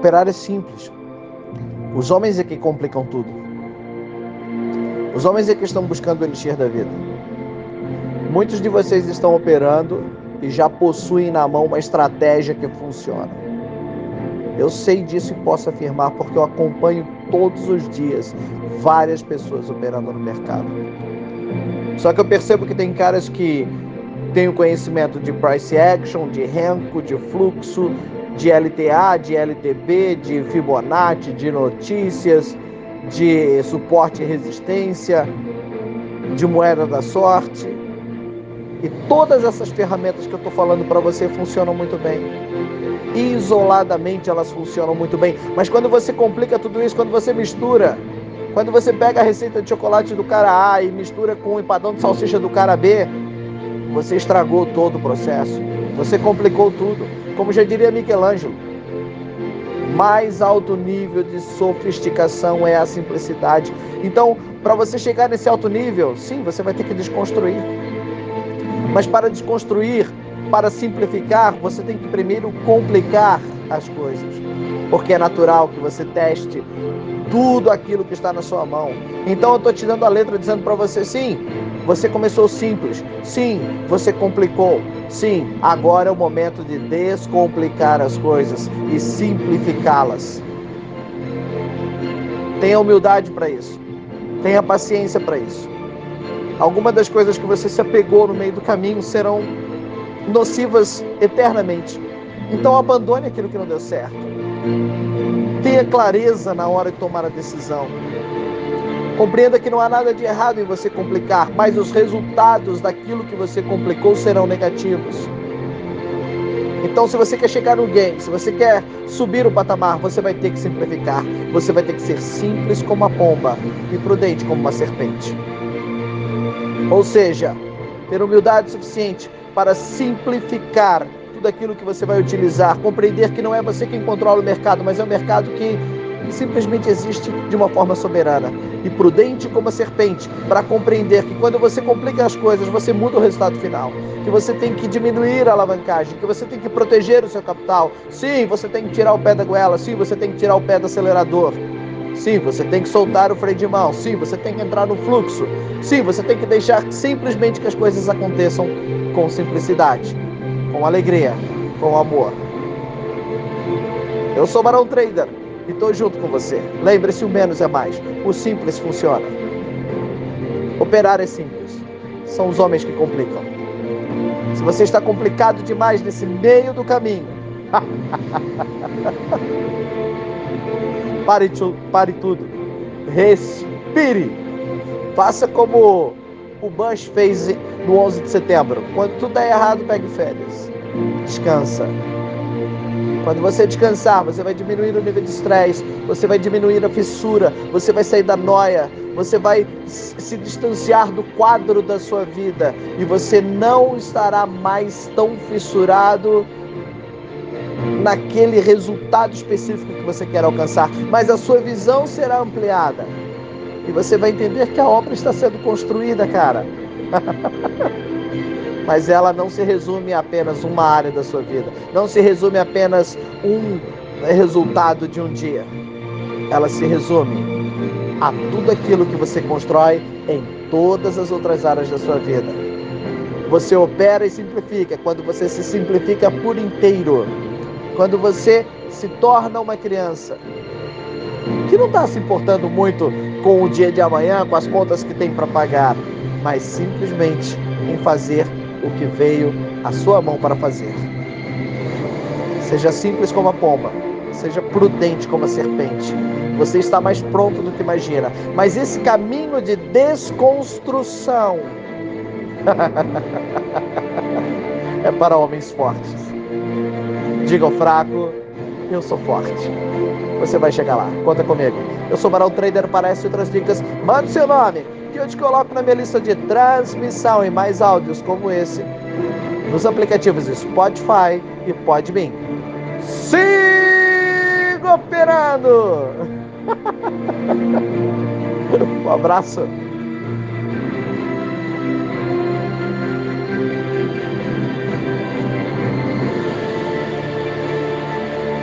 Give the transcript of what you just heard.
Operar é simples. Os homens é que complicam tudo. Os homens é que estão buscando o elixir da vida. Muitos de vocês estão operando e já possuem na mão uma estratégia que funciona. Eu sei disso e posso afirmar porque eu acompanho todos os dias várias pessoas operando no mercado. Só que eu percebo que tem caras que têm o conhecimento de price action, de Renko, de fluxo, de LTA, de LTB, de Fibonacci, de notícias, de suporte e resistência, de moeda da sorte. E todas essas ferramentas que eu estou falando para você funcionam muito bem. Isoladamente elas funcionam muito bem. Mas quando você complica tudo isso, quando você mistura, quando você pega a receita de chocolate do cara A e mistura com o empadão de salsicha do cara B, você estragou todo o processo. Você complicou tudo. Como já diria Michelangelo, mais alto nível de sofisticação é a simplicidade. Então, para você chegar nesse alto nível, sim, você vai ter que desconstruir. Mas para desconstruir, para simplificar, você tem que primeiro complicar as coisas. Porque é natural que você teste tudo aquilo que está na sua mão. Então eu estou te dando a letra dizendo para você, sim, você começou simples. Sim, você complicou. Sim, agora é o momento de descomplicar as coisas e simplificá-las. Tenha humildade para isso. Tenha paciência para isso. Algumas das coisas que você se apegou no meio do caminho serão nocivas eternamente. Então abandone aquilo que não deu certo. Tenha clareza na hora de tomar a decisão. Compreenda que não há nada de errado em você complicar, mas os resultados daquilo que você complicou serão negativos. Então, se você quer chegar no game, se você quer subir o patamar, você vai ter que simplificar. Você vai ter que ser simples como a pomba e prudente como uma serpente. Ou seja, ter humildade suficiente para simplificar tudo aquilo que você vai utilizar, compreender que não é você quem controla o mercado, mas é o mercado que simplesmente existe de uma forma soberana. E prudente como a serpente, para compreender que quando você complica as coisas, você muda o resultado final. Que você tem que diminuir a alavancagem, que você tem que proteger o seu capital. Sim, você tem que tirar o pé da goela. Sim, você tem que tirar o pé do acelerador. Sim, você tem que soltar o freio de mão. Sim, você tem que entrar no fluxo. Sim, você tem que deixar simplesmente que as coisas aconteçam com simplicidade, com alegria, com amor. Eu sou Barão Trader e estou junto com você. Lembre-se, o menos é mais. O simples funciona. Operar é simples. São os homens que complicam. Se você está complicado demais nesse meio do caminho, pare tudo. Respire. Faça como o Bush fez no 11 de setembro. Quando tudo é errado, pegue férias. Descansa. Quando você descansar, você vai diminuir o nível de estresse, você vai diminuir a fissura, você vai sair da noia, você vai se distanciar do quadro da sua vida e você não estará mais tão fissurado naquele resultado específico que você quer alcançar, mas a sua visão será ampliada e você vai entender que a obra está sendo construída, cara. Mas ela não se resume a apenas uma área da sua vida. Não se resume a apenas um resultado de um dia. Ela se resume a tudo aquilo que você constrói em todas as outras áreas da sua vida. Você opera e simplifica quando você se simplifica por inteiro. Quando você se torna uma criança que não está se importando muito com o dia de amanhã, com as contas que tem para pagar, mas simplesmente em fazer o que veio à sua mão para fazer. Seja simples como a pomba, seja prudente como a serpente. Você está mais pronto do que imagina. Mas esse caminho de desconstrução é para homens fortes. Diga ao fraco, eu sou forte. Você vai chegar lá, conta comigo. Eu sou Barão Trader, para essas e outras dicas. Mande seu nome, que eu te coloco na minha lista de transmissão e mais áudios como esse nos aplicativos Spotify e Podbean. Siga operando! Um abraço.